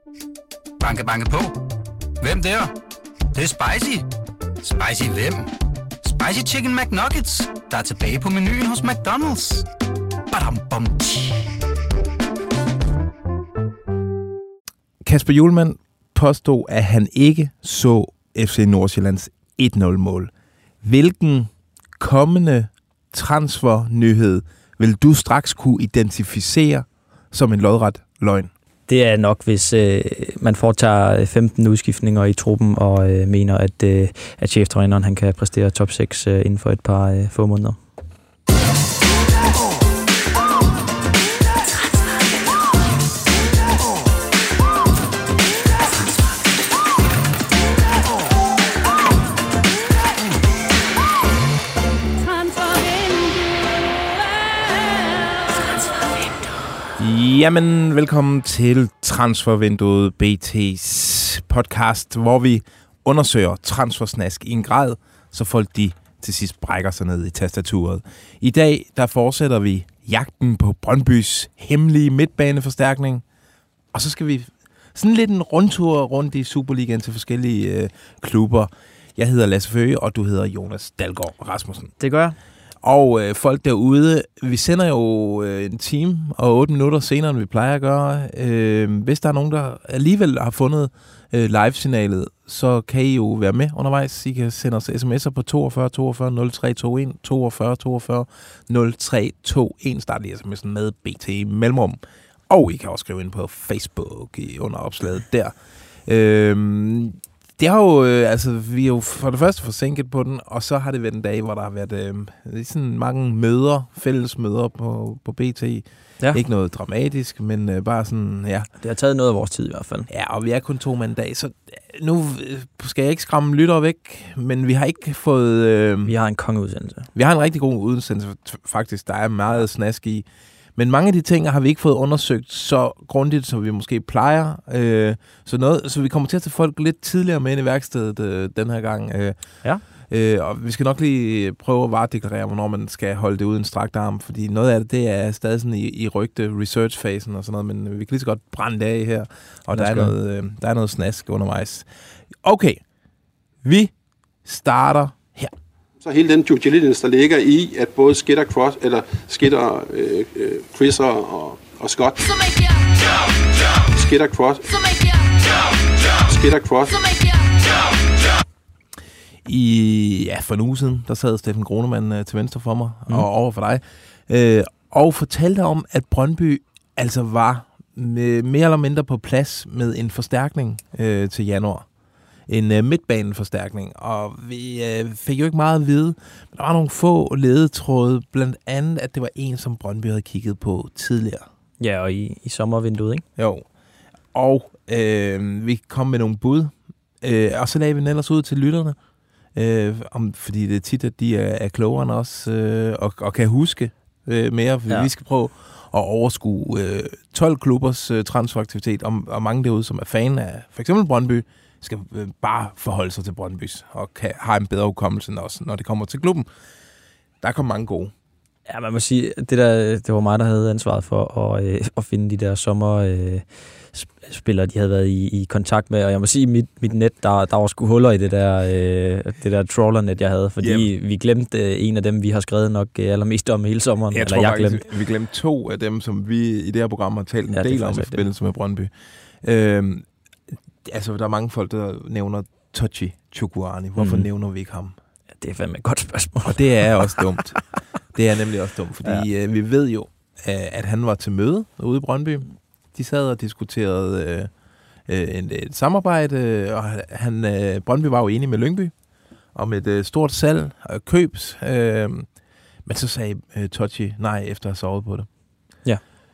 Banke, banke på. Hvem der? Det er spicy. Spicy hvem? Spicy Chicken McNuggets, der er tilbage på menuen hos McDonald's. Badum, bom, Kasper Hjulmand påstod, at han ikke så FC Nordsjællands 1-0-mål. Hvilken kommende transfernyhed vil du straks kunne identificere som en lodret løgn? Det er nok, hvis man foretager 15 udskiftninger i truppen og mener, at cheftræneren han kan præstere top 6 inden for et par få måneder. Jamen, velkommen til Transfervinduet, BT's podcast, hvor vi undersøger transfersnask i en grad, så folk de til sidst brækker sig ned i tastaturet. I dag, der fortsætter vi jagten på Brøndbys hemmelige midtbaneforstærkning, og så skal vi sådan lidt en rundtur rundt i Superligaen til forskellige klubber. Jeg hedder Lasse Føge, og du hedder Jonas Dalgaard Rasmussen. Det gør jeg. Og folk derude, vi sender jo en time og 8 minutter senere, end vi plejer at gøre. Hvis der er nogen, der alligevel har fundet live-signalet, så kan I jo være med undervejs. I kan sende os sms'er på 42 42 0321, 42 42 0321. Start lige sms'en med BT Mellemrum. Og I kan også skrive ind på Facebook under opslaget der. Det har jo, vi er jo for det første forsinket på den, og så har det været en dag, hvor der har været sådan mange møder, fælles møder på BT. Ja. Ikke noget dramatisk, men bare sådan, ja. Det har taget noget af vores tid i hvert fald. Ja, og vi er kun 2 mand en dag, så nu skal jeg ikke skræmme lyttere væk, men vi har ikke fået... Vi har en kongeudsendelse. Vi har en rigtig god udsendelse, faktisk. Der er meget snask i. Men mange af de ting har vi ikke fået undersøgt så grundigt, som vi måske plejer. Så vi kommer til at tage folk lidt tidligere med ind i værkstedet den her gang. Og vi skal nok lige prøve at varedeklarere, hvornår man skal holde det uden strakt arm. Fordi noget af det er stadig sådan i rygte, research-fasen og sådan noget. Men vi kan lige så godt brænde det af her. Og der er noget snask undervejs. Okay, vi starter her. Så hele den due diligence, der ligger i, at både Skidder, Chris og Scott, Skidder Cross. For en uge siden, der sad Steffen Gronemann til venstre for mig og over for dig, og fortalte om, at Brøndby altså var mere eller mindre på plads med en forstærkning til januar. En midtbaneforstærkning, og vi fik jo ikke meget at vide, men der var nogle få ledetråde, blandt andet, at det var en, som Brøndby havde kigget på tidligere. Ja, og i sommervinduet, ikke? Jo, og vi kom med nogle bud, og så lagde vi den ellers ud til lytterne, fordi det er tit, at de er klogere end os, og kan huske mere, fordi vi skal prøve at overskue 12 klubbers transferaktivitet, og mange derude, som er fan af for eksempel Brøndby, skal bare forholde sig til Brøndbys, og har en bedre hukommelse end os, når det kommer til klubben. Der kom mange gode. Ja, man må sige, det var mig, der havde ansvaret for at finde de der sommerspillere, de havde været i kontakt med, og jeg må sige, mit net, der var sgu huller i det der trawlernet, jeg havde, fordi vi glemte en af dem, vi har skrevet nok allermest om hele sommeren. Jeg tror faktisk, vi glemte 2 af dem, som vi i det her program har talt en del om i forbindelse med Brøndby. Der er mange folk, der nævner Tochi Chukwuani. Hvorfor nævner vi ikke ham? Ja, det er fandme et godt spørgsmål. Og det er også dumt. Det er nemlig også dumt, fordi vi ved jo, at han var til møde ude i Brøndby. De sad og diskuterede et samarbejde, og Brøndby var jo enig med Lyngby om et stort salg og købs. Men så sagde Tochi nej, efter at have sovet på det. Ja.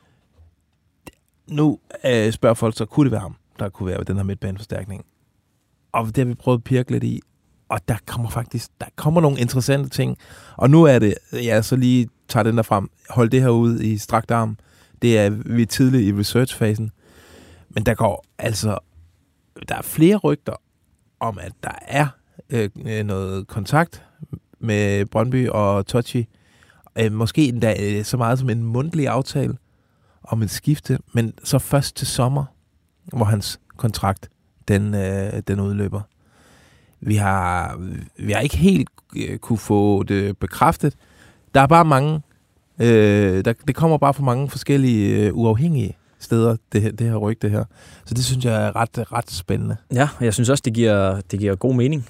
Nu spørger folk så, kunne det være ham, der kunne være den her midtbaneforstærkning? Og det har vi prøvet at pirke lidt i, og der kommer nogle interessante ting. Og nu er det, så lige tager den der frem, hold det her ud i strakt arm. Vi er tidligt i research-fasen. Men der er flere rygter om, at der er noget kontakt med Brøndby og Tochi. Måske endda så meget som en mundtlig aftale om et skifte, men så først til sommer, hvor hans kontrakt, den udløber. Vi har ikke helt kunne få det bekræftet. Der er bare mange, det kommer bare fra mange forskellige uafhængige steder, det her rygte her. Så det synes jeg er ret spændende. Ja, jeg synes også, det giver god mening.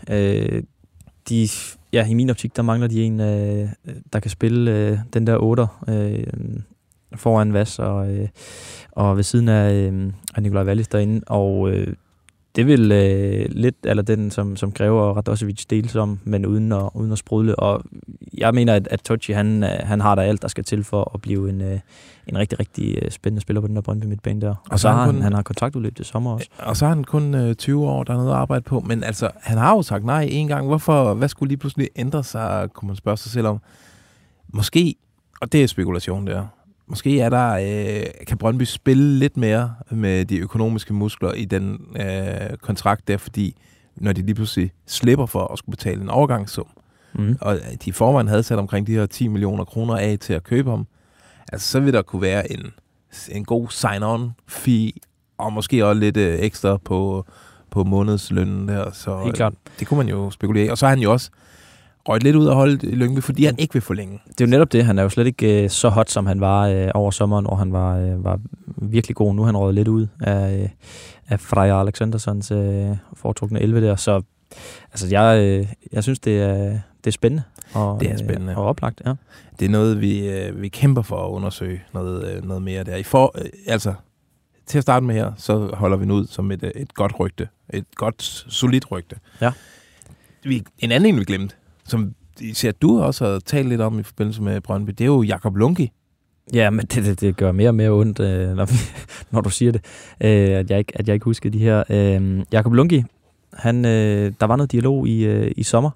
I min optik, der mangler de en, der kan spille den der 8'er foran Vas og ved siden af Nikolaj Wallis derinde. Og det vil lidt, eller den, som kræver Radosevic deles om, men uden at sprudle. Og jeg mener, at Tochi, han har der alt, der skal til for at blive en rigtig, rigtig spændende spiller på den der Brøndby midtbane der. Og så har han har kontraktudløb til sommer også. Og så har han kun 20 år, der er noget at arbejde på. Men altså, han har jo sagt nej en gang. Hvad skulle lige pludselig ændre sig, kunne man spørge sig selv om. Måske, og det er spekulation der, måske er der, kan Brøndby spille lidt mere med de økonomiske muskler i den kontrakt der, fordi når de lige pludselig slipper for at skulle betale en overgangssum, og de forvejen havde sat omkring de her 10 millioner kroner af til at købe ham, altså så vil der kunne være en god sign-on-fee, og måske også lidt ekstra på månedslønnen der, så helt klart. Det kunne man jo spekulere. Og så er han jo også røget lidt ud af holdet i Lyngby, fordi han ikke vil forlænge. Det er jo netop det. Han er jo slet ikke så hot, som han var over sommeren, hvor han var virkelig god. Nu er han røget lidt ud af Freja Alexandersons foretrukne 11 der. Så altså, jeg synes, det er spændende. Og, det er spændende. Og oplagt, ja. Det er noget, vi kæmper for at undersøge noget mere der. Altså, til at starte med her, så holder vi den ud som et godt rygte. Et godt, solidt rygte. Ja. En anden, vi glemte, som især du også har talt lidt om i forbindelse med Brøndby, det er jo Jakob Lundqvist. Ja, men det gør mere og mere ondt, når du siger det, at jeg ikke husker de her. Jakob Lundqvist, der var noget dialog i sommer,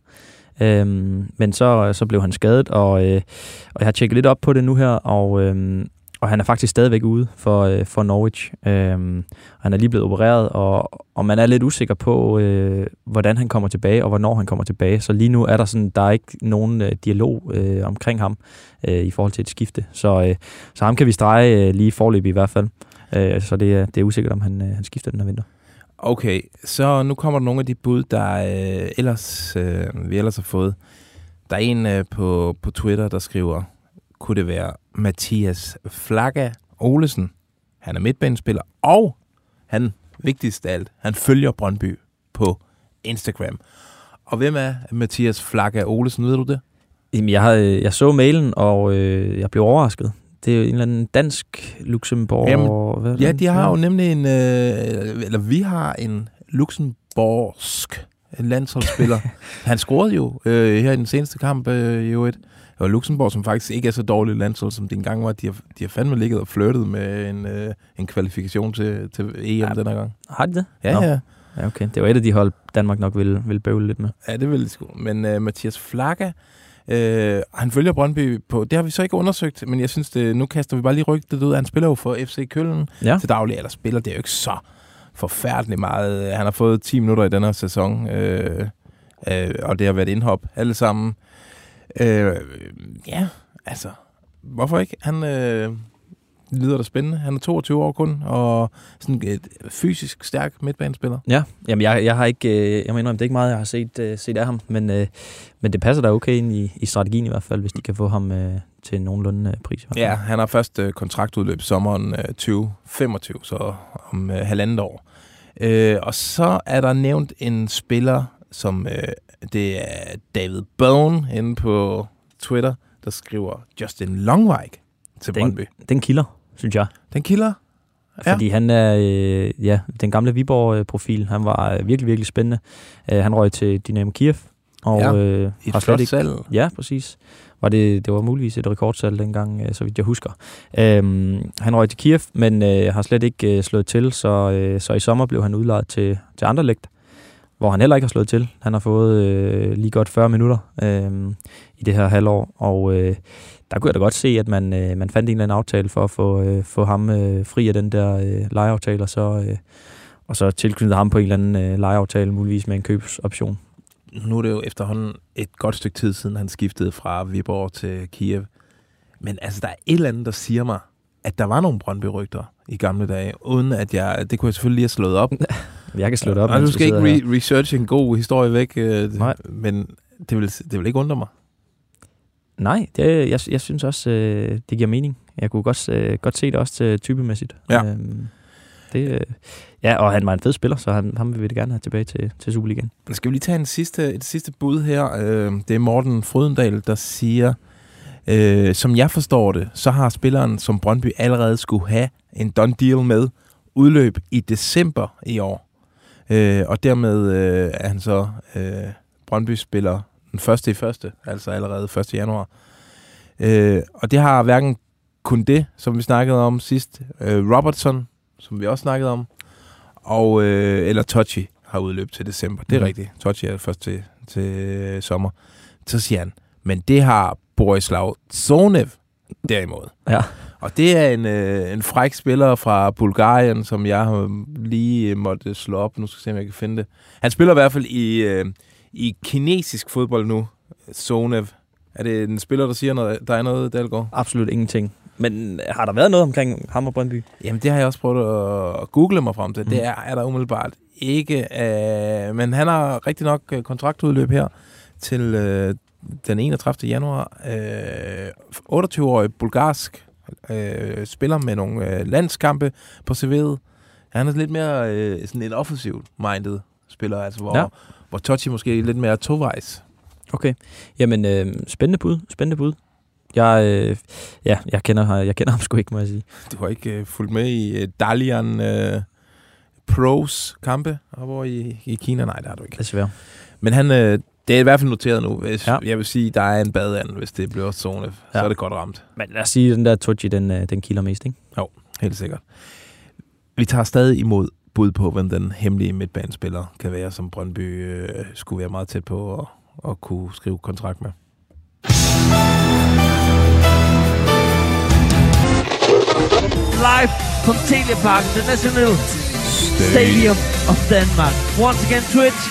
men så blev han skadet, og jeg har tjekket lidt op på det nu her, og han er faktisk stadigvæk ude for Norwich. Han er lige blevet opereret, og man er lidt usikker på, hvordan han kommer tilbage, og hvornår han kommer tilbage. Så lige nu er der er ikke nogen dialog omkring ham i forhold til et skifte. Så ham kan vi strege lige forløbig i hvert fald. Så det er usikkert, om han skifter den her vinter. Okay, så nu kommer der nogle af de bud, der vi ellers har fået. Der er en på Twitter, der skriver, kunne det være Mathias Flagga Olesen. Han er midtbanespiller, og han, vigtigst af alt, han følger Brøndby på Instagram. Og hvem er Mathias Flagga Olesen, ved du det? Jamen, jeg så mailen, og jeg blev overrasket. Det er jo en eller anden dansk Luxembourg. Jamen, de har jo nemlig vi har en luxembourgsk landsholdsspiller. Han scorede jo her i den seneste kamp i øvrigt. Og Luxembourg, som faktisk ikke er så dårligt landshold, som det engang var, de har fandme ligget og flirtet med en kvalifikation til EM denne gang. Har de det? Ja, ja. Ja, okay. Det var et af de hold, Danmark nok vil bøvle lidt med. Ja, det vil det sgu. Men Mathias Flagga, han følger Brøndby på, det har vi så ikke undersøgt, men jeg synes, nu kaster vi bare lige rygtet ud. Han spiller jo for FC Köln til daglig, eller spiller, det er jo ikke så forfærdeligt meget. Han har fået 10 minutter i den her sæson, og det har været indhop alle sammen. Ja, altså, hvorfor ikke? Han lyder da spændende. Han er 22 år kun, og sådan et fysisk stærk midtbanespiller. Ja, jamen jeg har ikke, jeg mener, det er ikke meget, jeg har set af ham, men det passer da okay ind i strategien i hvert fald, hvis de kan få ham til en nogenlunde pris. Ja, han har først kontraktudløb sommeren 2025, så om halvandet år. Og så er der nævnt en spiller, som det er David Bone inde på Twitter, der skriver Justin Longwijk til Brøndby. Den kilder, synes jeg. Den kilder? Ja. Fordi han er den gamle Viborg-profil. Han var virkelig, virkelig spændende. Han røg til Dynamo Kiev. Og, i et flot salg. Ja, præcis. Det var muligvis et rekordsalg dengang, så vidt jeg husker. Han røg til Kiev, men har slet ikke slået til, så i sommer blev han udlejet til Anderlecht, hvor han heller ikke har slået til. Han har fået lige godt 40 minutter i det her halvår, og der kunne jeg da godt se, at man fandt en eller anden aftale for at få ham fri af den der lejeaftale, og så tilknyttet ham på en eller anden lejeaftale, muligvis med en købsoption. Nu er det jo efterhånden et godt stykke tid siden, han skiftede fra Viborg til Kiev. Men altså, der er et eller andet, der siger mig, at der var nogle Brøndby-rygter i gamle dage, uden at det kunne jeg selvfølgelig lige have slået op. Jeg kan slå det op. Og du skal ikke researche en god historie væk, men det vil ikke undre mig. Nej, jeg synes også, det giver mening. Jeg kunne godt se det også typemæssigt. Ja. Og han var en fed spiller, så ham vil vi gerne have tilbage til Superligaen. Skal vi lige tage et sidste bud her? Det er Morten Frydendal, der siger, som jeg forstår det, så har spilleren, som Brøndby allerede skulle have en done deal med, udløb i december i år. Og dermed er han så Brøndby-spiller den 1.1., altså allerede 1. januar. Og det har hverken kun det, som vi snakkede om sidst, Robertson, som vi også snakkede om, og eller Tochi har udløbet til december. Det er rigtigt. Tochi er først til sommer. Så siger han, men det har Borislav Zonev derimod. Ja. Og det er en fræk spiller fra Bulgarien, som jeg lige måtte slå op. Nu skal jeg se, om jeg kan finde det. Han spiller i hvert fald i kinesisk fodbold nu. Zonev. Er det en spiller, der siger noget? Der er noget, Dalgaard? Absolut ingenting. Men har der været noget omkring ham og Brøndby? Jamen, det har jeg også prøvet at google mig frem til. Det er der umiddelbart ikke. Men han har rigtig nok kontraktudløb her til den 31. januar. 28-årig bulgarsk spiller med nogle landskampe på CV'et. Han er lidt mere sådan en offensivt minded spiller, altså hvor Tochi måske er lidt mere tovejs. Okay. Jamen, spændende bud. Jeg kender ham sgu ikke, må jeg sige. Du har ikke fulgt med i Dalian Pros kampe over i Kina? Nej, det har du ikke. Desværre. Men han, det er i hvert fald noteret nu. Jeg vil sige, der er en badeand, hvis det bliver Zonev. Så er det godt ramt. Men lad os sige, at den der Tochi, den kilder mest, ikke? Jo, helt sikkert. Vi tager stadig imod bud på, hvem den hemmelige midtbanespiller kan være, som Brøndby skulle være meget tæt på at kunne skrive kontrakt med. Live from Telepark International Stadium of Denmark. Once again, Twitch.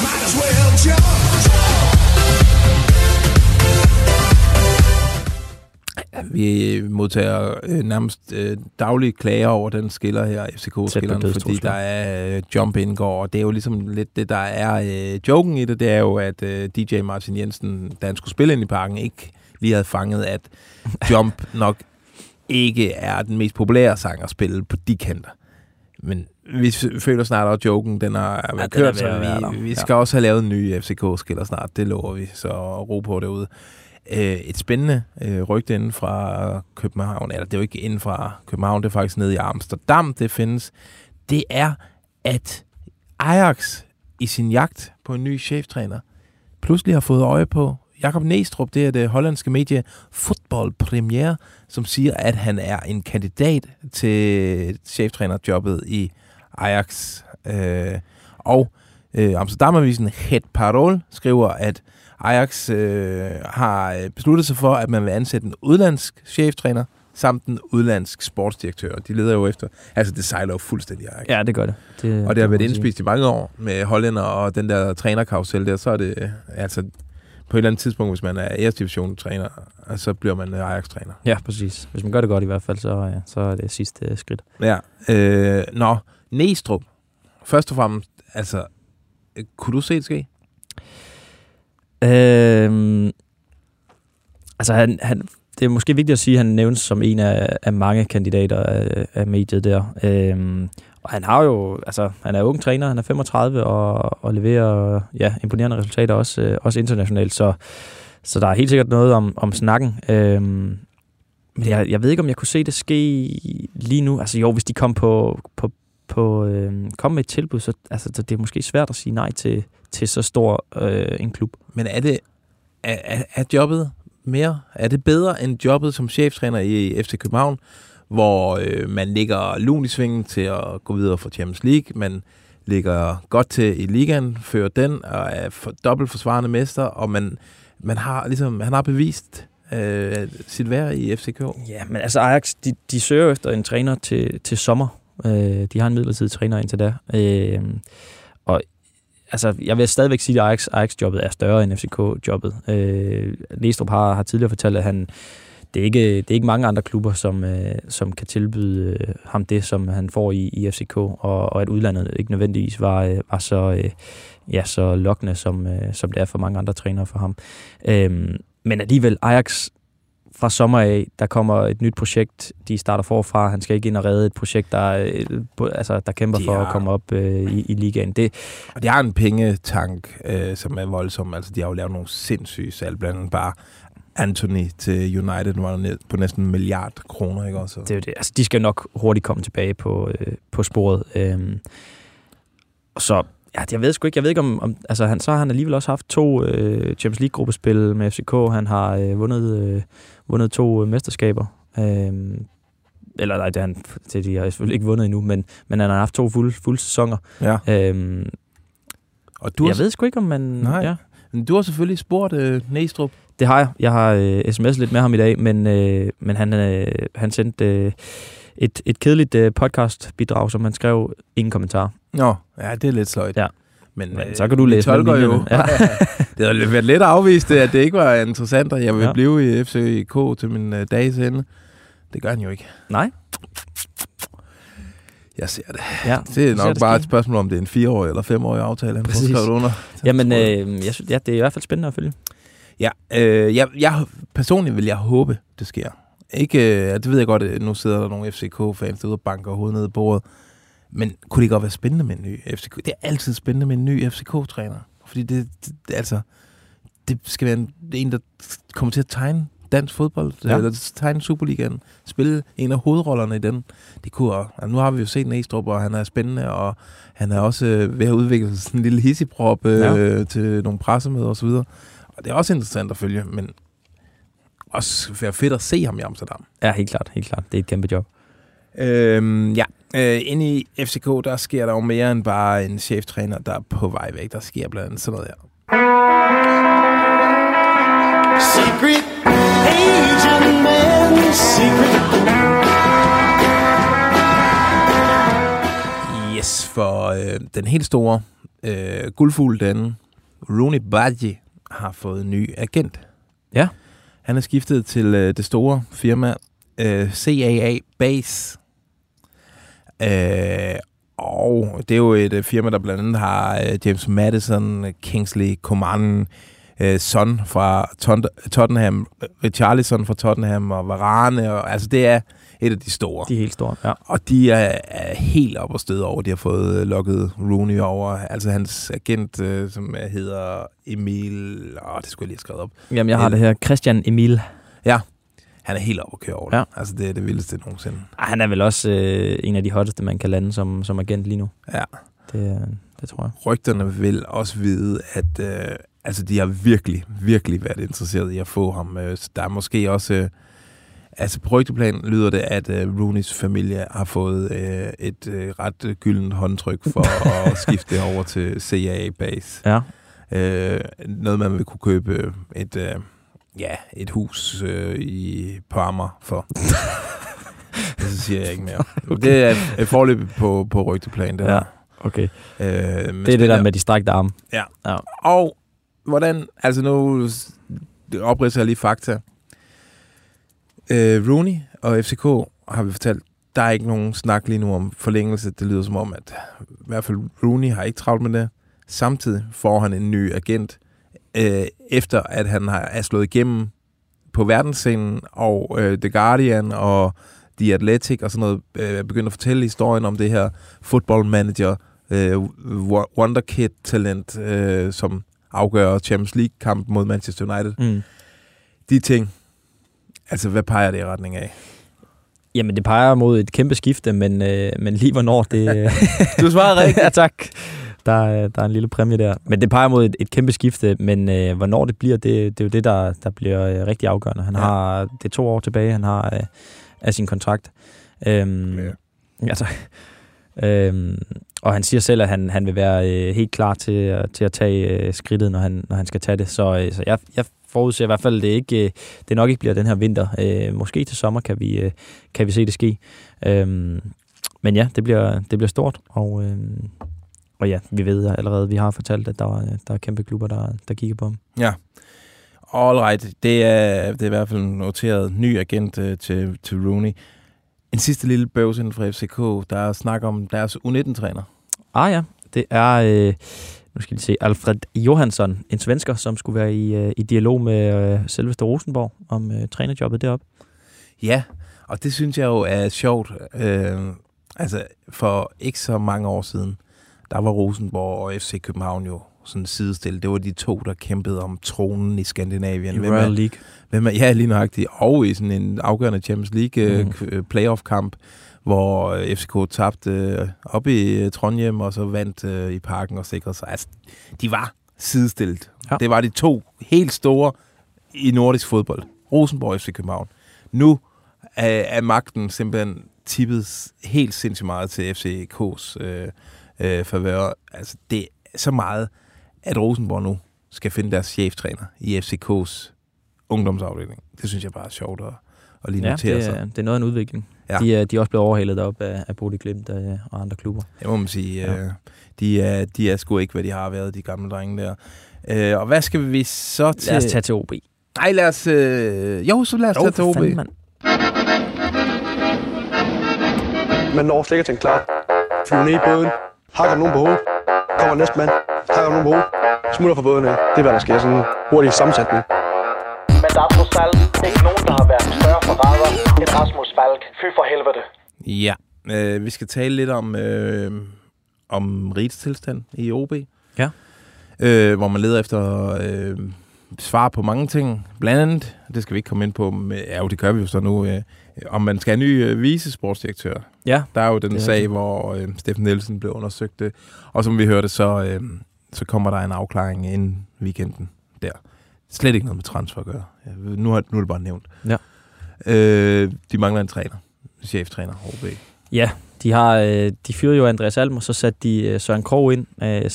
Vi modtager nærmest daglige klager over den skiller her, FCK-skilleren, fordi der er jump indgår, og det er jo ligesom lidt det, der er joken i det, det er jo, at DJ Martin Jensen, da han skulle spille ind i parken, ikke lige havde fanget, at jump nok ikke er den mest populære sang at spille på de kanter. Men vi føler snart, at joken den har været kørt, så vi skal også have lavet en ny FCK-skiller snart, det lover vi, så ro på derude. Et spændende rygte inden fra København, eller det er jo ikke inden fra København, det er faktisk nede i Amsterdam, det findes. Det er, at Ajax i sin jagt på en ny cheftræner pludselig har fået øje på Jakob Næstrup, det er det hollandske medie Football Premier, som siger, at han er en kandidat til cheftrænerjobbet i Ajax. Og Amsterdam-avisen Het Parool skriver, at Ajax har besluttet sig for, at man vil ansætte en udlandsk cheftræner samt en udlandsk sportsdirektør. De leder jo efter. Altså, det sejler jo fuldstændig Ajax. Ja, det gør det. Og det har været indspist i mange år med hollænder og den der trænerkarusel der, så er det altså på et eller andet tidspunkt, hvis man er æresdivision-træner, så bliver man Ajax-træner. Ja, præcis. Hvis man gør det godt i hvert fald, så er det sidste skridt. Ja. Næstrup. Først og fremmest, altså, kunne du se det ske? Altså, han, det er måske vigtigt at sige, at han nævnes som en af mange kandidater af mediet der. Og han har jo, altså, han er ung træner, han er 35 og leverer imponerende resultater også internationalt, så der er helt sikkert noget om snakken. Men jeg ved ikke, om jeg kunne se det ske lige nu. Altså jo, hvis de kom kom med et tilbud, så altså, det er måske svært at sige nej til så stor en klub. Men er jobbet mere? Er det bedre end jobbet som cheftræner i FC København, hvor man ligger lun i svingen til at gå videre for Champions League, man ligger godt til i ligaen, fører den og er dobbelt forsvarende mester, og man har bevist sit værd i FCK? Ja, men altså Ajax, de søger efter en træner til sommer. De har en midlertidig træner indtil da. Og altså, jeg vil stadigvæk sige, at Ajax-jobbet er større end FCK-jobbet. Næstrup har tidligere fortalt, at det er ikke mange andre klubber, som kan tilbyde ham det, som han får i FCK, og at udlandet ikke nødvendigvis var så lokkende, som det er for mange andre trænere for ham. Men alligevel, Ajax fra sommer af, der kommer et nyt projekt, de starter forfra, han skal ikke ind og redde et projekt, der kæmper for at komme op i ligaen. Og de har en pengetank, som er voldsom, altså de har jo lavet nogle sindssyge salg, blandt andet bare Anthony til United var på næsten 1 milliard kroner, ikke også? Det er jo det. Altså, de skal nok hurtigt komme tilbage på sporet. Så ja, jeg ved ikke om altså så har han alligevel også haft 2 Champions League-gruppespil med FCK. Han har vundet 2 mesterskaber. Eller nej, de har selvfølgelig ikke vundet endnu, men han har haft 2 fulde sæsoner. Ja. Og jeg ved sgu ikke, om man... Nej. Ja. Men du har selvfølgelig spurgt Næstrup. Det har jeg. Jeg har sms'et lidt med ham i dag, men han sendte et kedeligt podcast-bidrag, som han skrev, ingen kommentar. Nå, ja, det er lidt sløjt. Ja. Men så kan du læse med jo. Ja. Det har været lidt afvist, at det ikke var interessant, og jeg vil blive i FCK til min dages ende. Det gør han jo ikke. Nej. Jeg ser det. Ja, det er nok bare et spørgsmål, om det er en 4-årig eller 5-årig aftale, han får skrevet under. Jamen, jeg synes, det er i hvert fald spændende at følge. Ja, jeg personligt vil jeg håbe, det sker. Ikke, det ved jeg godt, nu sidder der nogle FCK-fans derude og banker hovedet ned i bordet. Men kunne det godt være spændende med en ny FCK? Det er altid spændende med en ny FCK-træner. Fordi det skal være en, der kommer til at tegne dansk fodbold, eller tegne Superligaen, spille en af hovedrollerne i den. Det kunne altså, nu har vi jo set Næstrup, og han er spændende, og han er også ved at udvikle sådan en lille hissigprop til nogle pressemøder og så videre. Og det er også interessant at følge, men også være fedt at se ham i Amsterdam. Ja, helt klart. Det er et kæmpe job. Inde i FCK, der sker der jo mere end bare en cheftræner, der er på vej væk. Der sker blandt andet sådan noget her. Secret agent man, secret. Yes, for den helt store guldfugl, den Rooney Badji, har fået en ny agent. Ja. Han er skiftet til det store firma CAA Base. Og det er jo et firma, der blandt andet har James Maddison, Kingsley Coman, Son fra Tottenham, Richarlison fra Tottenham og Varane. Og, altså det er et af de store. De er helt store, ja. Og de er helt op og støde over, de har fået lukket Rooney over. Altså hans agent, som hedder Emil... det skulle jeg lige have skrevet op. Jamen, jeg har det her. Christian Emil. Ja. Han er helt op at køre over det. Ja. Altså, det er det vildeste nogensinde. Han er vel også en af de hotteste, man kan lande som agent lige nu. Ja. Det tror jeg. Rygterne vil også vide, at de har virkelig, virkelig været interesseret i at få ham. Der er måske også... på rygteplan lyder det, at Rooneys familie har fået et ret gyldent håndtryk for at skifte det over til CAA Base. Ja. Noget, man vil kunne købe et hus på Amager for. Det siger jeg ikke mere. Det er forløbet på rygteplan. Det ja, okay. Det er det der med de strækte arme. Ja. Og hvordan, altså nu opridser jeg lige fakta. Rooney og FCK har vi fortalt, der er ikke nogen snak lige nu om forlængelse. Det lyder som om, at i hvert fald Rooney har ikke travlt med det. Samtidig får han en ny agent, efter at han er slået igennem på verdensscenen, og The Guardian og The Athletic og sådan noget begynder at fortælle historien om det her football manager, wonderkid-talent, som afgør Champions League-kamp mod Manchester United. Mm. De ting, altså hvad peger det i retning af? Jamen, det peger mod et kæmpe skifte, men lige hvornår det... Du svarer rigtigt. Ja, tak. Der er en lille præmie der. Men det peger mod et kæmpe skifte, men hvornår det bliver, det er jo det, der bliver rigtig afgørende. Han har... Det er 2 år tilbage, han har af sin kontrakt. Altså, og han siger selv, at han vil være helt klar til at tage skridtet, når han skal tage det. Så jeg forudser i hvert fald, at det nok ikke bliver den her vinter. Måske til sommer kan vi se det ske. Men ja, det bliver stort, og ja, vi ved allerede, vi har fortalt, at der er kæmpe klubber, der kigger på ham. Ja, All right, det er i hvert fald noteret ny agent til Rooney. En sidste lille bøvs inden fra FCK, der er snak om deres U19-træner. Ja, det er, nu skal vi se, Alfred Johansson, en svensker, som skulle være i dialog med selveste Rosenborg om trænerjobbet deroppe. Ja, og det synes jeg jo er sjovt. Altså, for ikke så mange år siden, der var Rosenborg og FC København jo sådan sidestillet. Det var de to, der kæmpede om tronen i Skandinavien. I Royal League. Ja, lige nøjagtigt. Og i sådan en afgørende Champions League playoff-kamp, hvor FCK tabte op i Trondheim, og så vandt i Parken og sikrede sig. Altså, de var sidestillet. Ja. Det var de to helt store i nordisk fodbold. Rosenborg og FC København. Nu er magten simpelthen tippet helt sindssygt meget til FCK's favør. Altså, det er så meget, at Rosenborg nu skal finde deres cheftræner i FCK's ungdomsafdeling. Det synes jeg bare er sjovt at lige notere sig. Det er noget af en udvikling. Ja. De er også blevet overhældet op af Bodø Glimt og andre klubber. Det må man sige. Ja. De er sgu ikke, hvad de har været, de gamle drenge der. Og hvad skal vi så til? Lad os tage til OB. Nej, lad os... så lad os tage til OB. Fanden, Man når slet ikke til en klar. Flyver ned i båden. Hakker nogen på hovedet. Kommer næste mand. Hakker nogen på hovedet. Smutter fra båden af. Det er, hvad der sker. Sådan en hurtig sammensætning. Men der er trods alt ikke nogen, der har været større forræder end Rasmus Falk. Fy for helvede. Ja, vi skal tale lidt om rigets tilstand i OB. Ja. Hvor man leder efter svar på mange ting. Blandt andet, det skal vi ikke komme ind på, det gør vi jo så nu, om man skal have en ny vicesportsdirektør. Ja. Der er jo den sag, hvor Steffen Nielsen blev undersøgt. Og som vi hørte, så kommer der en afklaring inden weekenden der. Slet ikke noget med transfer at gøre. Nu er det bare nævnt. Ja. De mangler en træner. Cheftræner, OB. Ja, de fyrede jo Andreas Alm, og så satte de Søren Krog ind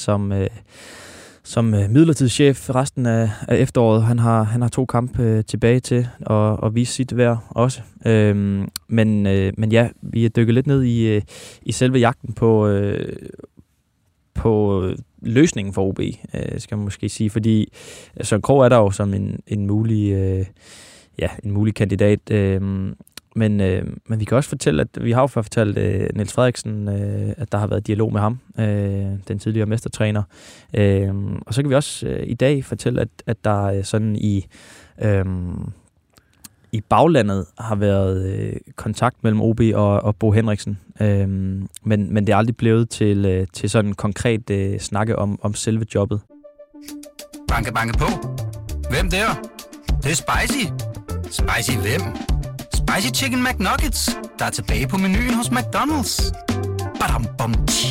som midlertidig chef resten af efteråret. Han har 2 kampe tilbage til at vise sit værd også. Men ja, vi er dykket lidt ned i selve jagten på løsningen for OB, skal man måske sige, fordi Søren Krog er der jo som en mulig kandidat. Men vi kan også fortælle, at vi har jo fortalt Niels Frederiksen, at der har været dialog med ham, den tidligere mestertræner. Og så kan vi også i dag fortælle, at der sådan i baglandet har været kontakt mellem OB og Bo Henriksen. Men det er aldrig blevet til sådan en konkret snakke om selve jobbet. Banke, banke på. Hvem der? Det er spicy. Spicy hvem? Spicy Chicken McNuggets, der er tilbage på menuen hos McDonald's. Badum, bom,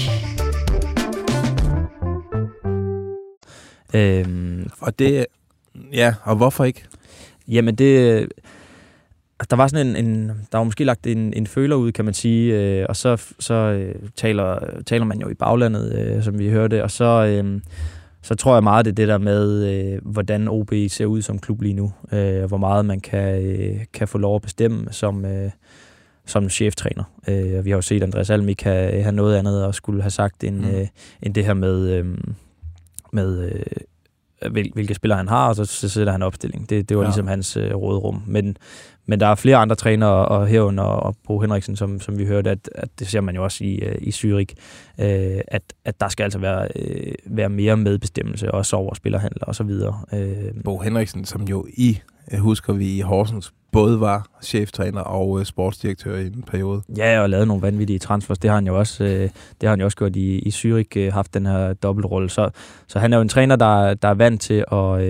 og det... Ja, og hvorfor ikke? Jamen det... Der var sådan der var måske lagt en føler ud, kan man sige, og så taler man jo i baglandet, som vi hørte, og så tror jeg meget, det er det der med, hvordan OB ser ud som klub lige nu. Hvor meget man kan få lov at bestemme som cheftræner. Vi har jo set, at Andreas Alm ikke have noget andet og skulle have sagt end det her med hvilke spillere han har, og så sætter han opstilling. Det var ligesom hans råderum. Men der er flere andre trænere, og herunder og Bo Henriksen, som vi hørte, at det ser man jo også i Zürich, at der skal altså være mere medbestemmelse, også over spillerhandler og så videre. Bo Henriksen, som jo husker vi i Horsens, både var cheftræner og sportsdirektør i en periode. Ja, og lavede nogle vanvittige transfers. Det har han jo også gjort i Zürich, haft den her dobbeltrolle. Så han er jo en træner, der er vant til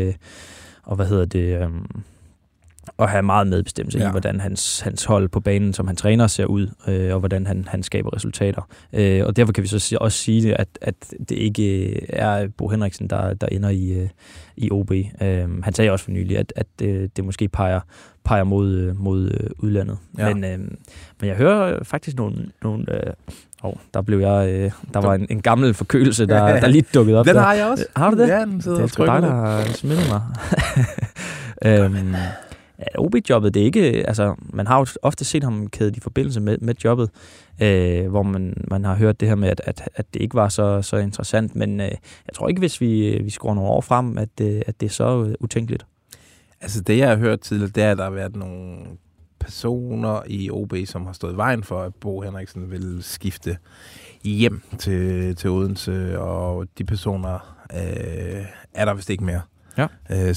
at have meget medbestemmelse i, hvordan hans hold på banen, som han træner, ser ud, og hvordan han skaber resultater. Og derfor kan vi så også sige, at det ikke er Bo Henriksen, der ender i OB. Han sagde også for nylig, at det måske peger mod udlandet. Ja. Men jeg hører faktisk nogle der var en gammel forkølelse, der lige dukkede op. Den har jeg også. Har du det? Ja, den sidder det er sgu dig, der har smittet mig. OB-jobbet, det er ikke... Altså, man har jo ofte set ham kædet i forbindelse med jobbet, hvor man har hørt det her med, at det ikke var så interessant, men jeg tror ikke, hvis vi skruer nogle år frem, at det er så utænkeligt. Altså det, jeg har hørt tidligere, det er, at der har været nogle personer i OB, som har stået i vejen for, at Bo Henriksen vil skifte hjem til Odense, og de personer er der vist ikke mere. Ja.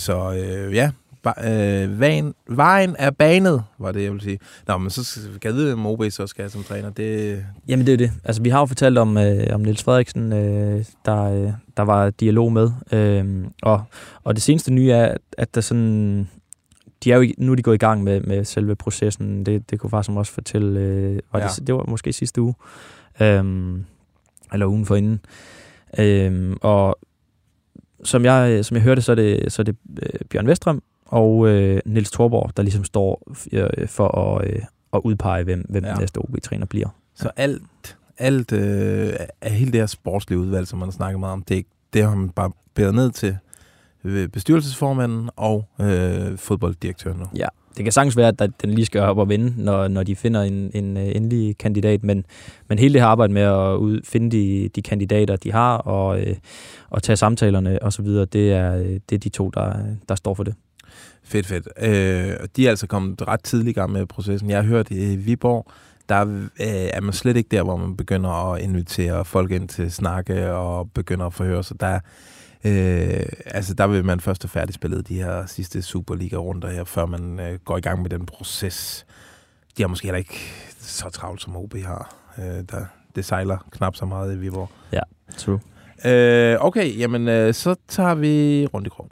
Vejen er banet, var det, jeg vil sige. Nå, men så skal jeg vide, om OB så skal som træner. Jamen, det er det. Altså, vi har jo fortalt om Niels Frederiksen, der var dialog med. Og det seneste nye er, at der sådan... Nu er de gået i gang med selve processen. Det kunne faktisk også fortælle... Det var måske sidste uge. Eller ugen forinden. Og som jeg hørte, så er det Bjørn Vestrøm og Niels Thorborg, der ligesom står for at udpege, hvem næste OB-træner bliver. Så alt af hele det her sportslige udvalg, som man snakker meget om, det har man bare bæret ned til bestyrelsesformanden og fodbolddirektøren nu. Ja, det kan sagtens være, at den lige skal op og vinde, når de finder en endelig kandidat, men hele det her arbejde med at finde de kandidater, de har, og tage samtalerne osv., det er de to, der står for det. Fedt. De er altså kommet ret tidligt i gang med processen. Jeg har hørt i Viborg, der er man slet ikke der, hvor man begynder at invitere folk ind til snakke og begynder at forhøre sig. Der vil man først have færdigspillet de her sidste Superliga-runder her, før man går i gang med den proces. De har måske heller ikke så travlt, som OB har. Det sejler knap så meget i Viborg. Ja, true. Okay, jamen så tager vi rundt i krogen.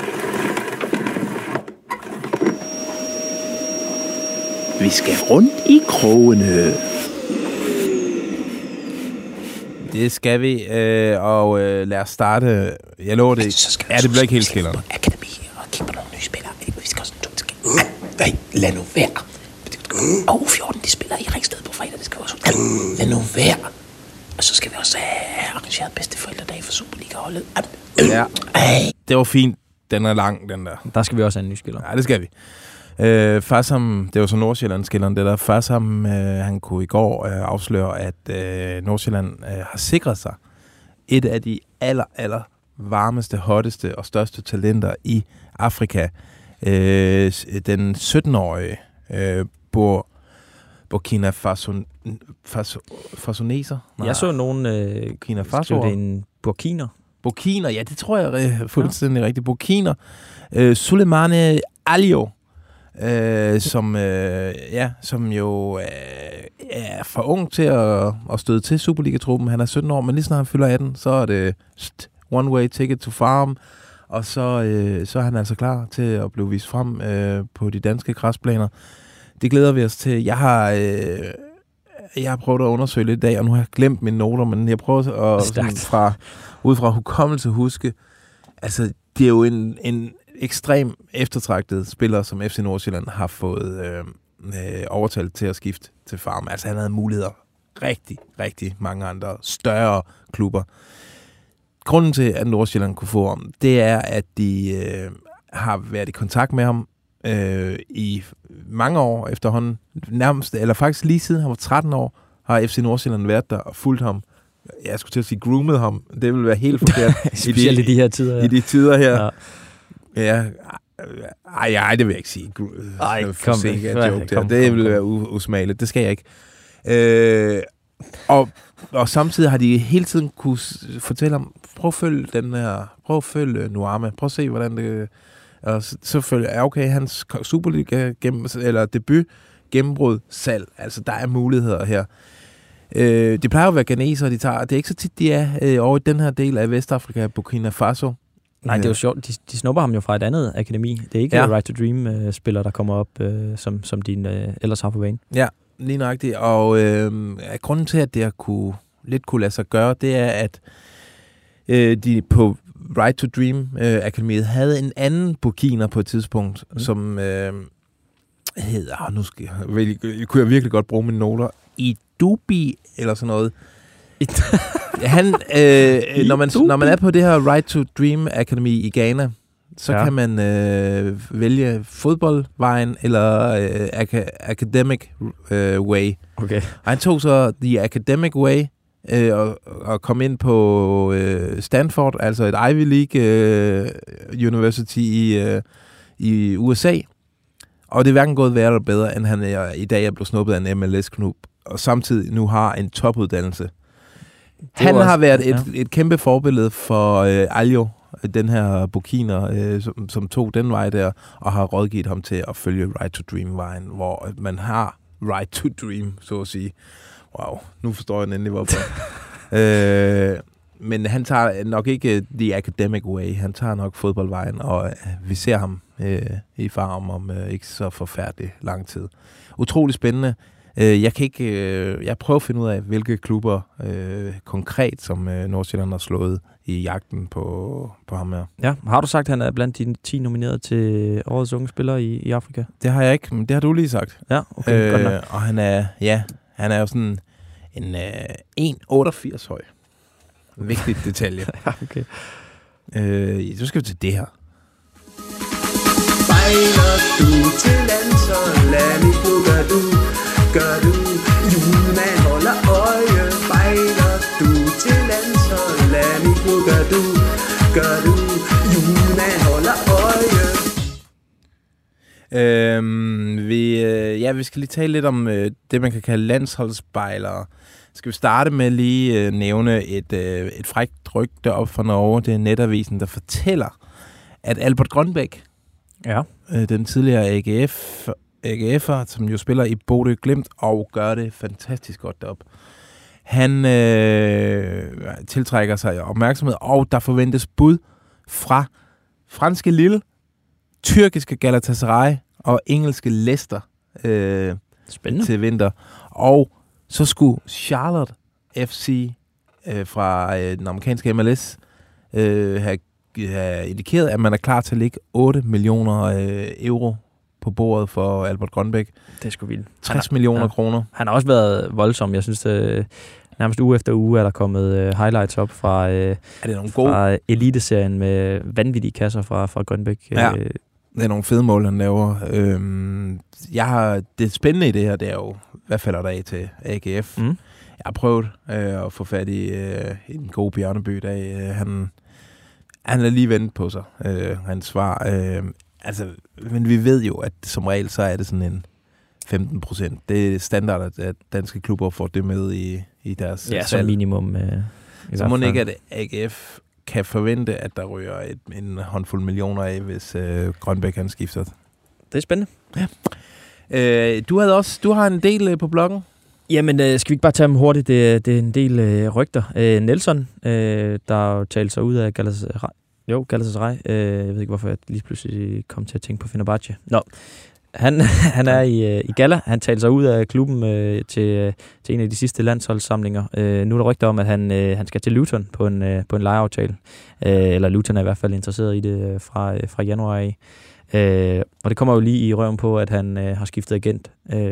Vi skal rundt i krogene. Det skal vi, og lad os starte. Jeg lover det. Det bliver ikke helt skilleren. Akademi og kigge på nogle nye spillere. Vi skal også... Nej, lad nu være. Og U14, de spiller i Ringsted på fredag. Det skal også... Lad nu være. Og så skal vi også have arrangeret bedste forældredag for Superliga-holdet. Ja, det var fint. Den er lang, den der. Der skal vi også have en ny skiller. Ja, det skal vi. Farsam, det var så Nordsjælland-skilleren, det der. Farsam, han kunne i går afsløre, at Nordsjælland har sikret sig et af de aller varmeste, hotteste og største talenter i Afrika. Den 17-årige Burkina Fasoneser. Jeg så nogen Burkina Faso. Det en burkiner. Burkiner, ja, det tror jeg er fuldstændig rigtigt. Burkiner. Souleymane Alio. Som jo er for ung til at støde til Superliga-truppen. Han er 17 år, men lige snart han fylder 18, så er det one way ticket to farm, og så er han altså klar til at blive vist frem på de danske græsplaner. Det glæder vi os til. Jeg har prøvet at undersøge lidt i dag, og nu har jeg glemt mine noter, men jeg prøver at ud fra hukommelse huske. Altså, det er jo en ekstrem eftertragtet spiller, som FC Nordsjælland har fået overtalt til at skifte til Farm. Altså han havde muligheder rigtig, rigtig mange andre større klubber. Grunden til, at Nordsjælland kunne få ham, det er, at de har været i kontakt med ham i mange år efterhånden. Nærmest, eller faktisk lige siden han var 13 år, har FC Nordsjælland været der og fulgt ham. Jeg skulle til at sige groomet ham. Det ville være helt forkert. Specielt i de her tider. Ja. I de tider her. Ja. Ja, det vil jeg ikke sige. Det vil være usmageligt. Det skal jeg ikke. Og samtidig har de hele tiden kunne fortælle om, prøv at følge Nuama. Prøv at se, hvordan det... Og så følger okay, hans Superliga eller debut, gennembrud, salg. Altså, der er muligheder her. De plejer at være ghanesere, det er ikke så tit, de er over i den her del af Vestafrika, Burkina Faso. Nej, det er jo sjovt. De snupper ham jo fra et andet akademi. Det er ikke Right to Dream-spillere, der kommer op, som de ellers har på banen. Ja, lige nøjagtigt. Og grunden til, at det kunne lade sig gøre, det er, at de på Right to Dream-akademiet havde en anden burkiner på et tidspunkt, som hedder... kunne jeg virkelig godt bruge mine noter. I Dubi, eller sådan noget. Når man er på det her Right to Dream Academy i Ghana, så kan man vælge fodboldvejen eller academic way. Okay. Og han tog så the academic way og kom ind på Stanford, altså et Ivy League University i USA. Og det er hverken gået værre eller bedre, end han i dag er blevet snuppet af en MLS-klub, og samtidig nu har en topuddannelse. Han har været et kæmpe forbillede for Aljo, den her burkiner, som tog den vej der, og har rådgivet ham til at følge Right to Dream-vejen, hvor man har Right to Dream, så at sige. Wow, nu forstår jeg endelig, hvorfor. Men han tager nok ikke the academic way, han tager nok fodboldvejen, og vi ser ham i farm om ikke så forfærdelig lang tid. Utrolig spændende. Jeg prøver at finde ud af, hvilke klubber konkret, som Nordsjælland har slået i jagten på ham her. Ja, har du sagt, at han er blandt de 10 nomineret til årets unge spillere i Afrika? Det har jeg ikke, men det har du lige sagt. Ja, okay, godt nok. Og han er jo sådan en 1,88 høj. Vigtigt detalje. Ja, okay. Så skal vi til det her. Spejler du til landshold, lad mig plukke du. Gør du, julemand holder øje. Spejler du til landshold, lad mig plukke du. Gør du, julemand holder øje. Vi skal lige tale lidt om det, man kan kalde landsholdsspejlere. Skal vi starte med lige nævne et frækt rygte op fra Norge. Det er Netavisen, der fortæller, at Albert Grønbæk, den tidligere AGF'er, som jo spiller i Bodø Glimt og gør det fantastisk godt derop, han tiltrækker sig opmærksomhed, og der forventes bud fra franske Lille, tyrkiske Galatasaray og engelske Leicester til vinter. Og så skulle Charlotte FC fra den amerikanske MLS have indikeret, at man er klar til at lægge 8 millioner euro på bordet for Albert Grønbæk. Det er sgu vildt. 60 millioner kroner. Han har også været voldsom. Jeg synes, nærmest uge efter uge er der kommet highlights op fra Eliteserien med vanvittige kasser fra Grønbæk. Ja. Det er nogle fede mål, han laver. Det spændende i det her, det er jo, hvad falder der af til AGF? Jeg har prøvet at få fat i en god Bjørneby i dag. Han er lige vendt på sig, hans svar. Men vi ved jo, at som regel, så er det sådan en 15%. Det er standard, at danske klubber får det med i deres salg. Som minimum. Så må ikke, at AGF kan forvente, at der ryger en håndfuld millioner af, hvis Grønbæk han skifter. Det er spændende. Ja. Du har en del på bloggen. Jamen, skal vi ikke bare tage dem hurtigt? Det er en del rygter. Nelson, der talte sig ud af Galatasaray. Jeg ved ikke, hvorfor jeg lige pludselig kom til at tænke på Fenerbahce. Han er i Gala. Han talte sig ud af klubben til en af de sidste landsholdssamlinger. Nu er der rygter om, at han skal til Luton på en lejeaftale. Eller Luton er i hvert fald interesseret i det fra januar af. Og det kommer jo lige i røven på, at han har skiftet agent.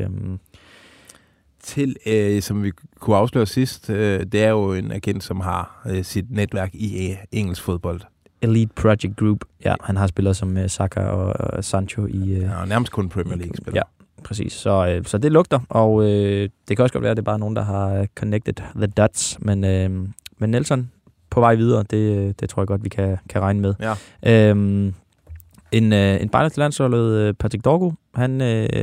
Som vi kunne afsløre sidst, det er jo en agent, som har sit netværk i engelsk fodbold. Elite Project Group. Ja, han har spillet som Saka og Sancho i... nærmest kun Premier League-spiller. Ja, præcis. Så det lugter, og det kan også godt være, at det er bare nogen, der har connected the dots. Men Nelson på vej videre, det tror jeg godt, vi kan regne med. Ja. En bejler til landsholdet, Patrick Dorgu, han...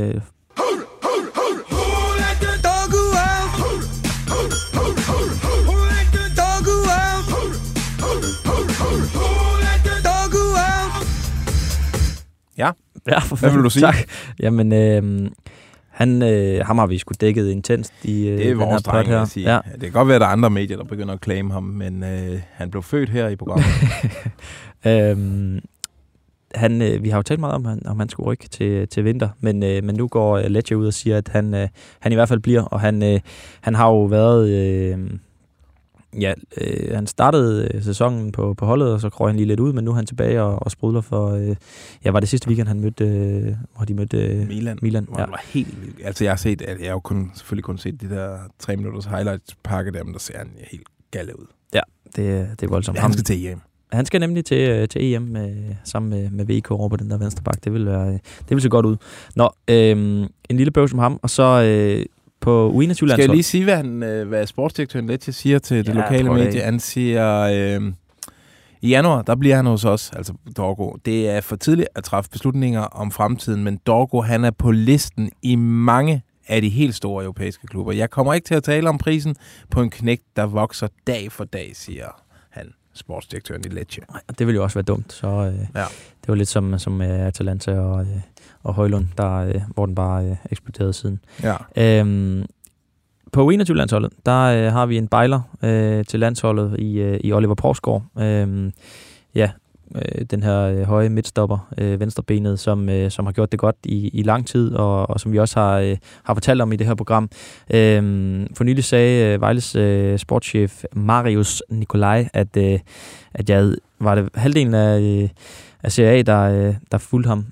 Ja. Hvad vil du sige? Tak. Jamen, ham har vi sgu dækket intenst i det er vores dreng, her. Ja. Det kan godt være, at der er andre medier, der begynder at claim ham, men han blev født her i programmet. Vi har jo talt meget om han skulle rykke til vinter, men nu går Lecce ud og siger, at han i hvert fald bliver, og han har jo været... han startede sæsonen på holdet, og så krøg han lige lidt ud, men nu er han tilbage og sprudler for... var det sidste weekend, han mødte... hvor de mødte Milan. Ja. Det var helt vildt. Altså, jeg har jo selvfølgelig kun set de der 3 minutters highlights-pakke der, men der ser han helt galle ud. Ja, det er voldsomt. Han skal til EM. Han skal nemlig til EM sammen med VK over på den der venstre bak. Det vil se godt ud. En lille bøv som ham, og så... på U21-landshold. Skal jeg lige sige, hvad sportsdirektøren Lecce siger til det lokale medie? Han siger, I januar, der bliver han hos os, altså Dorgo. Det er for tidligt at træffe beslutninger om fremtiden, men Dorgo, han er på listen i mange af de helt store europæiske klubber. Jeg kommer ikke til at tale om prisen på en knægt, der vokser dag for dag, siger han, sportsdirektøren i Lecce. Det ville jo også være dumt, så det var lidt som Atalanta og Højlund, hvor den bare eksploderede siden. Ja. På U21-landsholdet, der har vi en bejler til landsholdet i Oliver Porsgaard. Den her høje midtstopper, venstrebenet, som har gjort det godt i lang tid, og som vi også har fortalt om i det her program. For nylig sagde Vejles sportschef Marius Nikolaj, at var det halvdelen af CA, der fulgte ham.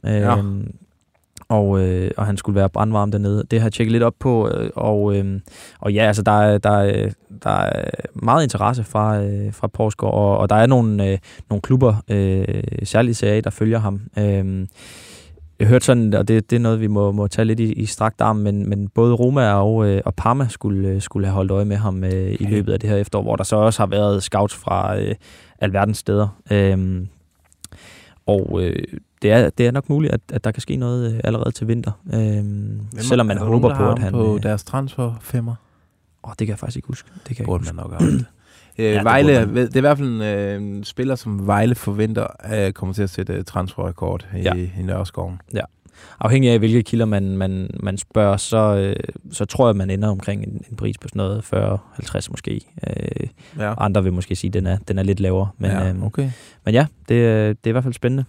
Og han skulle være brandvarm dernede. Det har jeg tjekket lidt op på, og ja, altså der er meget interesse fra Porsgaard, og der er nogle klubber, særligt CA, der følger ham. Jeg hørte sådan, og det er noget, vi må tage lidt i strakt arm, men både Roma og Parma skulle have holdt øje med ham i løbet af det her efterår, hvor der så også har været scouts fra alverdens steder. Det er nok muligt, at der kan ske noget allerede til vinter. Selvom man håber på, at han... på deres transferfemmer? Det kan jeg faktisk ikke huske. Det kan burde man nok have. Vejle, det er i hvert fald en spiller, som Vejle forventer kommer til at sætte transferrekord i Nørreskoven. Ja. Afhængig af, hvilke kilder man spørger, så tror jeg, man ender omkring en pris på sådan noget 40-50 måske. Andre vil måske sige, at den er lidt lavere. Men, men ja, det er i hvert fald spændende.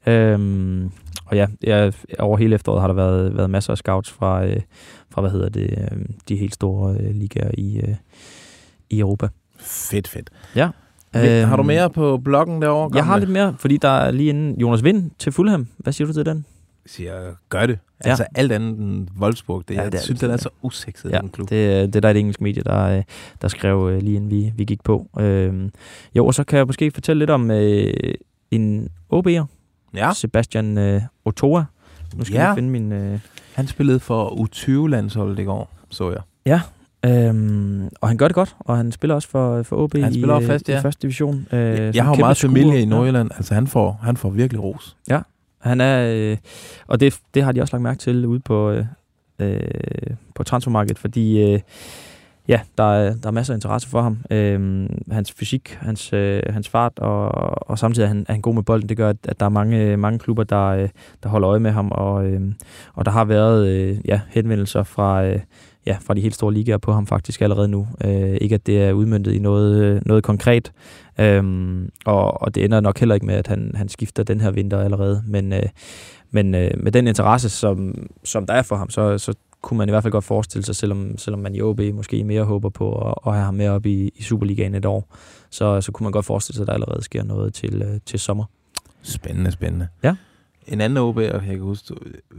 Og over hele efteråret har der været masser af scouts fra de helt store ligaer i Europa. Fedt. Ja. Har du mere på bloggen derovre? Jeg har lidt mere, fordi der er lige inden Jonas Vind til Fulham. Hvad siger du til den? Jeg siger, gør det. Ja. Altså alt andet end Wolfsburg. Jeg synes, den er så usexet, den klub. Det er der et engelsk medie, der skrev lige inden vi gik på. Og så kan jeg måske fortælle lidt om en OB'er. Ja. Sebastian Otoa. Nu skal jeg finde min... Han spillede for U20-landsholdet i går, så jeg. Ja, og han gør det godt, og han spiller også for OB i første division. Jeg har jo meget familie i Nordjylland, altså han får virkelig ros. Ja, han er... og det har de også lagt mærke til ude på transfermarkedet, fordi... der er masser af interesse for ham. Hans fysik, hans fart, og samtidig er han god med bolden. Det gør, at der er mange klubber, der holder øje med ham, og der har været henvendelser fra de helt store ligaer på ham faktisk allerede nu. Ikke at det er udmøntet i noget konkret, og det ender nok heller ikke med, at han skifter den her vinter allerede. Men med den interesse, som der er for ham, så kunne man i hvert fald godt forestille sig, selvom man i OB måske mere håber på at have ham med op i Superligaen et år, så kunne man godt forestille sig, at der allerede sker noget til sommer. Spændende. Ja. En anden OB, jeg kan huske,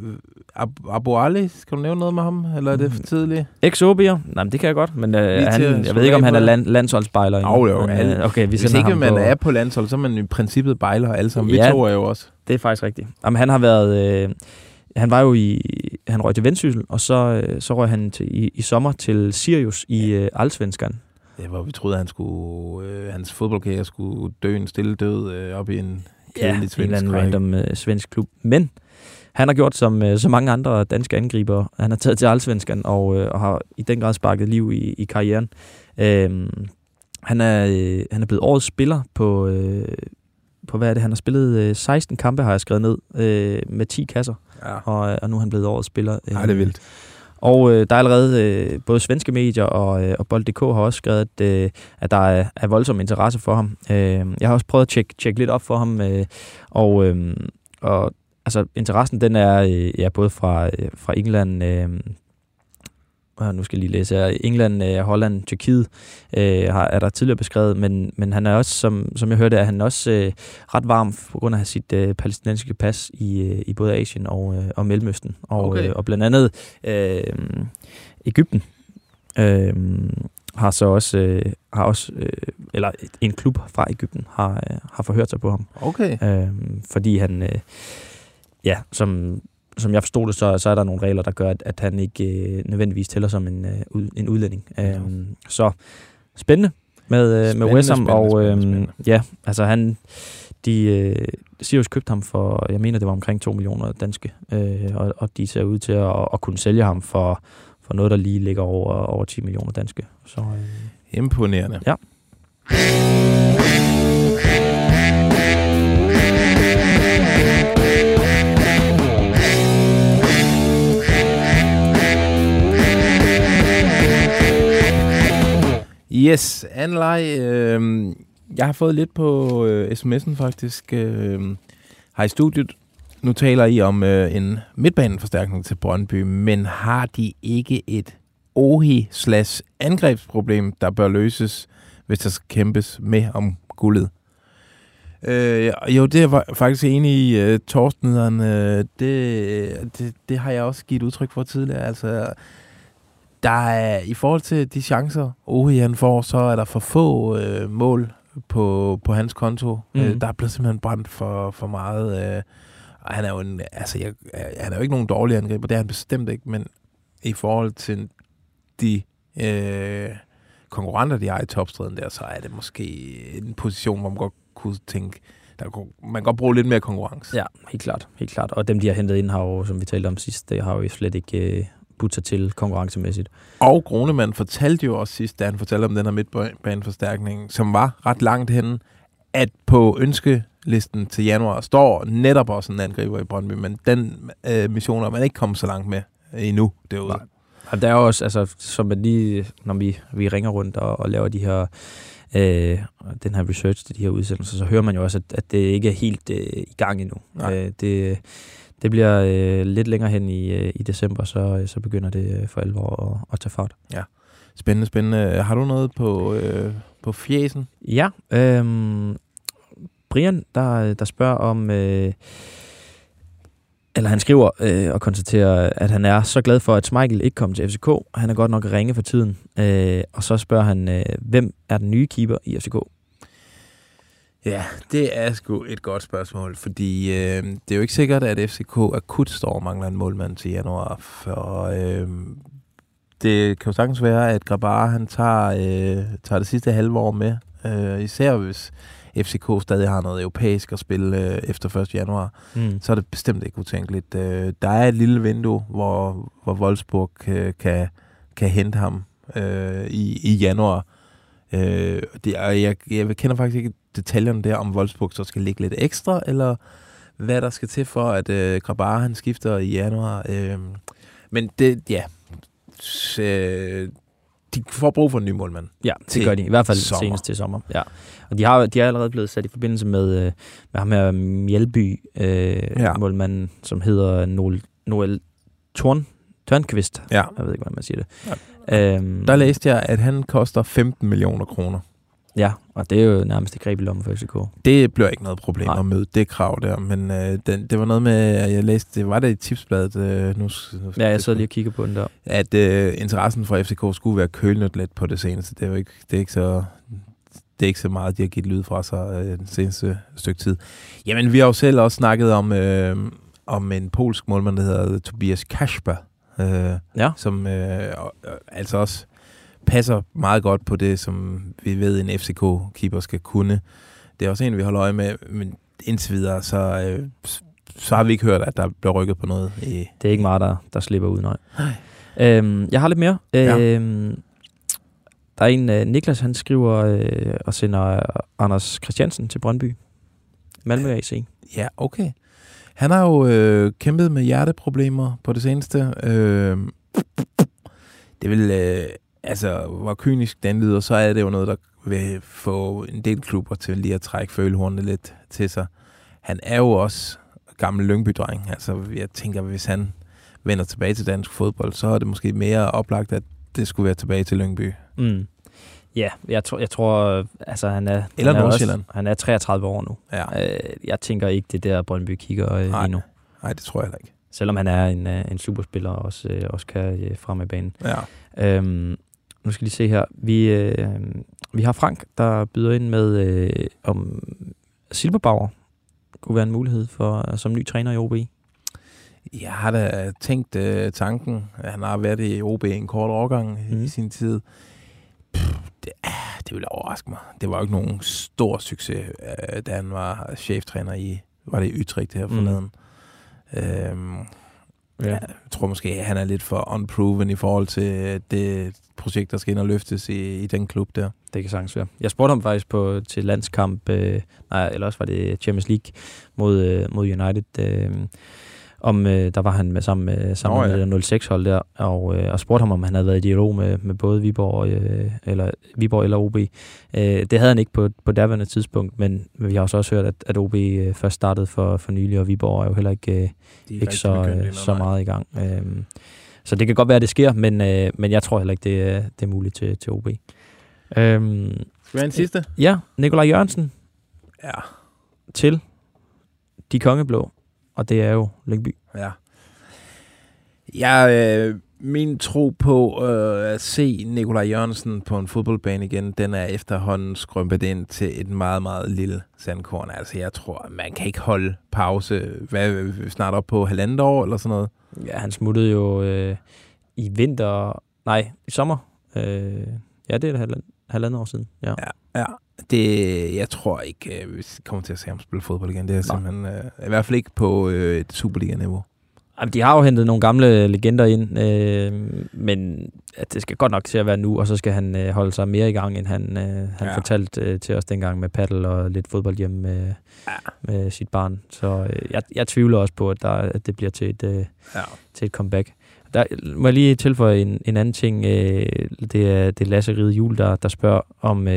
Abu Ali, skal du nævne noget med ham, eller er det for tidligt? Ex-OB'er? Nej, men det kan jeg godt, men jeg ved ikke, om han er landsholdsbejler. Okay, hvis ikke man er på landshold, så er man i princippet bejler alle sammen. Vi to er jo også. Det er faktisk rigtigt. Jamen, han har været... Han var jo han røg til Vendsyssel, og så røg han i sommer til Sirius i Allsvenskan. Det var, vi troede, hans fodboldkarriere skulle dø en stille død op i en kedelig svensk. En eller anden random svensk klub. Men han har gjort som så mange andre danske angribere. Han har taget til Allsvenskan og har i den grad sparket liv i karrieren. Han er blevet årets spiller på hvad er det? Han har spillet 16 kampe, har jeg skrevet ned, med 10 kasser. Ja. Og nu er han blevet årets spiller. Nej, det er vildt. Og der er allerede både svenske medier og Bold.dk har også skrevet, at der er voldsom interesse for ham. Jeg har også prøvet at tjekke lidt op for ham, og altså interessen, den er både fra England, nu skal jeg lige læse her. England, Holland, Tyrkiet er der tidligere beskrevet, men han er også, som jeg hørte, er han også ret varm på grund af sit palæstinensiske pas i både Asien og Mellemøsten. Og blandt andet Egypten har så også, eller en klub fra Egypten har forhørt sig på ham. Okay. Fordi han, som jeg forstod det, så er der nogle regler, der gør, at han ikke nødvendigvis tæller som en udlænding. Så spændende. med West Ham, og ja, altså Sirius købte ham for, jeg mener det var omkring 2 millioner danske, og de ser ud til at kunne sælge ham for noget, der lige ligger over 10 millioner danske. Så imponerende. Ja. Yes, anden leg. Jeg har fået lidt på sms'en faktisk. Har i studiet. Nu taler I om en midtbaneforstærkning til Brøndby, men har de ikke et OHI/angrebsproblem, der bør løses, hvis der skal kæmpes med om guldet? Jo, det er jeg faktisk enig i, Torsten. Det har jeg også givet udtryk for tidligere. Altså, der er, i forhold til de chancer, OHI han får, så er der for få mål på hans konto. Der er blevet simpelthen brændt for meget. Han er jo han er jo ikke nogen dårlig angriber, det er han bestemt ikke, men i forhold til de konkurrenter, de har i topstriden der, så er det måske en position, hvor man godt kunne tænke, man kan godt bruge lidt mere konkurrence. Ja, helt klart. Og dem, de har hentet ind, har jo, som vi talte om sidst, det har jo slet ikke budt sig til konkurrencemæssigt. Og Gronemann fortalte jo også sidst, da han fortalte om den her midtbaneforstærkning, som var ret langt henne, at på ønskelisten til januar står netop også en angriber i Brøndby, men den mission er man ikke kommet så langt med endnu derude. Nej. Og der er også, altså, som man lige, når vi ringer rundt og laver de her den her research til de her udsendelser, så hører man jo også, at det ikke er helt i gang endnu. Det bliver lidt længere hen i december, så begynder det for alvor at tage fart. Ja, spændende. Har du noget på fjesen? Ja, Brian, der spørger om, eller han skriver og konstaterer, at han er så glad for, at Schmeichel ikke kom til FCK. Han er godt nok ringe for tiden. Og så spørger han, hvem er den nye keeper i FCK? Ja, det er sgu et godt spørgsmål, fordi det er jo ikke sikkert, at FCK akut står og mangler en målmand til januar. For det kan jo sagtens være, at Grabar han tager det sidste halve år med. Især hvis FCK stadig har noget europæisk at spille efter 1. januar, så er det bestemt ikke utænkeligt. Der er et lille vindue, hvor Wolfsburg kan hente ham i januar. Jeg kender faktisk ikke detaljerne der, om Wolfsburg så skal ligge lidt ekstra, eller hvad der skal til for, at Grabar han skifter i januar. Men det, ja, de får brug for en ny målmand. Ja, det gør de. I hvert fald senest til sommer. Ja. Og de er allerede blevet sat i forbindelse med ham her Mjelby, målmanden, som hedder Noel Törnqvist. Ja. Jeg ved ikke, hvordan man siger det. Ja. Der læste jeg, at han koster 15 millioner kroner. Ja, og det er jo nærmest et greb i lommen for FCK. Det bliver ikke noget problem at møde det krav der, men det var noget med, at jeg læste, det var det i Tipsbladet. Ja, jeg sad lige og kigger på den der. At interessen for FCK skulle være kølnet lidt på det seneste. Det er ikke så meget, de har givet lyd fra sig den seneste stykke tid. Jamen, vi har jo selv også snakket om en polsk målmand, der hedder Tobias Kasper, som altså også passer meget godt på det, som vi ved, en FCK-keeper skal kunne. Det er også en, vi holder øje med, men indtil videre, så har vi ikke hørt, at der bliver rykket på noget. Det er ikke meget, der slipper ud, nej. Jeg har lidt mere. Der er en, Niklas, han skriver og sender Anders Christiansen til Brøndby. Malmø AC. Ja, okay. Han har jo kæmpet med hjerteproblemer på det seneste. Det vil... hvor kynisk den lyder, så er det jo noget, der vil få en del klubber til lige at trække følehornene lidt til sig. Han er jo også gammel Lyngby-dreng. Altså, jeg tænker, hvis han vender tilbage til dansk fodbold, så er det måske mere oplagt, at det skulle være tilbage til Lyngby. Mm. Ja, jeg tror altså han er 33 år nu. Ja. Jeg tænker ikke, det der Brøndby kigger endnu. Nej, det tror jeg heller ikke. Selvom han er en superspiller og også kan frem i banen. Ja. Nu skal I se her. Vi har Frank, der byder ind med om Silberbauer kunne være en mulighed for som ny træner i OB. Jeg har da tænkt tanken. Han har været i OB en kort årgang i sin tid. det ville overraske mig. Det var jo ikke nogen stor succes, da han var cheftræner i, var det i Utrecht her forleden. Jeg tror måske, han er lidt for unproven i forhold til det projekt, der skal ind og løftes i den klub der. Det kan sagtens være. Jeg spurgte ham faktisk til landskamp, eller også var det Champions League mod United, om der var han sammen med det 06-hold der, og spurgte ham, om han havde været i dialog med både Viborg eller OB. Det havde han ikke på derværende tidspunkt, men vi har også hørt, at OB først startede for nylig, og Viborg er jo heller ikke så meget i gang. Så det kan godt være, at det sker, men jeg tror heller ikke, det er muligt til OB. Skal vi have en sidste? Ja, Nikolaj Jørgensen. Ja. Til De Kongeblå. Og det er jo Lyngby. Ja. Min tro på at se Nikolaj Jørgensen på en fodboldbane igen, den er efterhånden skrømpet ind til et meget, meget lille sandkorn. Altså, jeg tror, man kan ikke holde pause. Snart op på 1,5 år eller sådan noget? Ja, han smuttede jo i sommer. Ja, det er 1,5 år siden. Ja. Jeg tror ikke, vi kommer til at se ham spille fodbold igen. Det er simpelthen, i hvert fald ikke på et Superliga-niveau. De har jo hentet nogle gamle legender ind, men det skal godt nok til at være nu, og så skal han holde sig mere i gang, end han fortalte til os dengang med paddle og lidt fodbold hjemme med sit barn. Så jeg tvivler også på, at det bliver til et comeback. Der må jeg lige tilføje en anden ting. Det er Lasse Ride Juhl, der spørger om...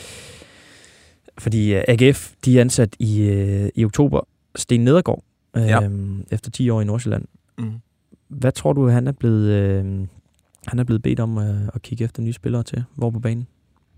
fordi AGF, de er ansat i oktober. Sten Nedergaard, efter 10 år i Nordsjælland. Hvad tror du, han er blevet bedt om at kigge efter nye spillere til? Hvor på banen?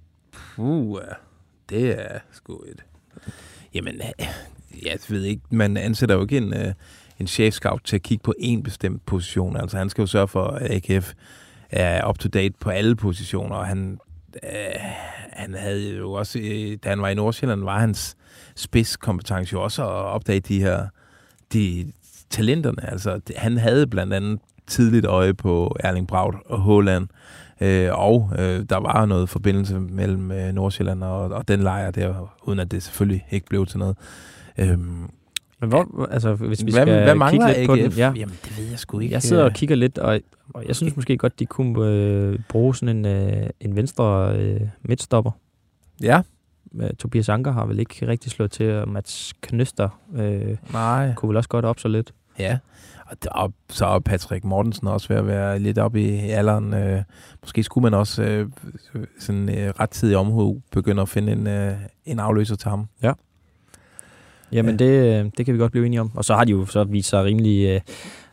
Det er sgu et... Jamen, jeg ved ikke. Man ansætter jo ikke en chefscout til at kigge på en bestemt position. Altså, han skal jo sørge for, at AGF er up-to-date på alle positioner, og han havde jo også, da han var i Nordsjælland, var hans spidskompetence jo også at opdage de talenterne. Altså, han havde blandt andet tidligt øje på Erling Braut og Haaland, og der var noget forbindelse mellem Nordsjælland og den lejr der, uden at det selvfølgelig ikke blev til noget. Men hvor, altså, hvis vi hvad mangler kigge lidt på den, Jamen, det ved jeg sgu ikke. Jeg sidder og kigger lidt, og jeg synes måske godt, de kunne bruge sådan en venstre midtstopper. Ja. Tobias Anker har vel ikke rigtig slået til, og Mats Knøster kunne vel også godt op så lidt. Ja, og så er Patrick Mortensen også ved at være lidt oppe i alderen. Måske skulle man også ret tid i omhu begynde at finde en afløser til ham. Ja. Jamen, det kan vi godt blive enige om. Og så har de jo så vist sig rimelig,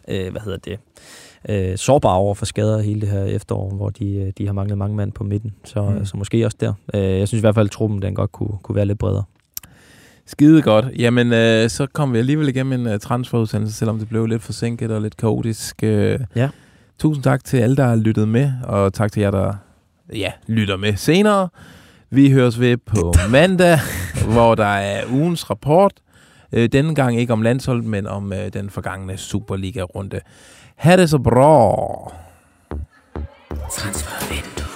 sårbare over for skader hele det her efterår, hvor de har manglet mange mand på midten. Så måske også der. Jeg synes i hvert fald, at truppen den godt kunne være lidt bredere. Skide godt. Jamen, så kom vi alligevel igennem en transferudsendelse, selvom det blev lidt forsinket og lidt kaotisk. Ja. Tusind tak til alle, der har lyttet med, og tak til jer, der lytter med senere. Vi høres ved på mandag, hvor der er ugens rapport. Denne gang ikke om landshold, men om den forgangne Superliga-runde. Ha' det så bra! Transfervindue.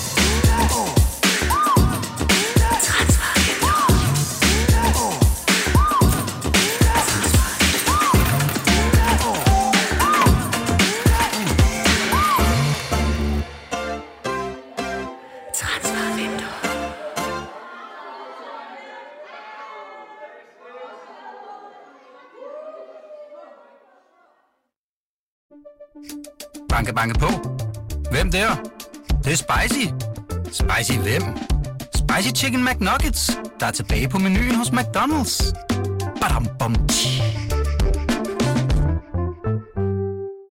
Banke, banke på. Hvem der? Det er spicy. Spicy hvem? Spicy Chicken McNuggets, der er tilbage på menuen hos McDonald's. Badum, bom, tji.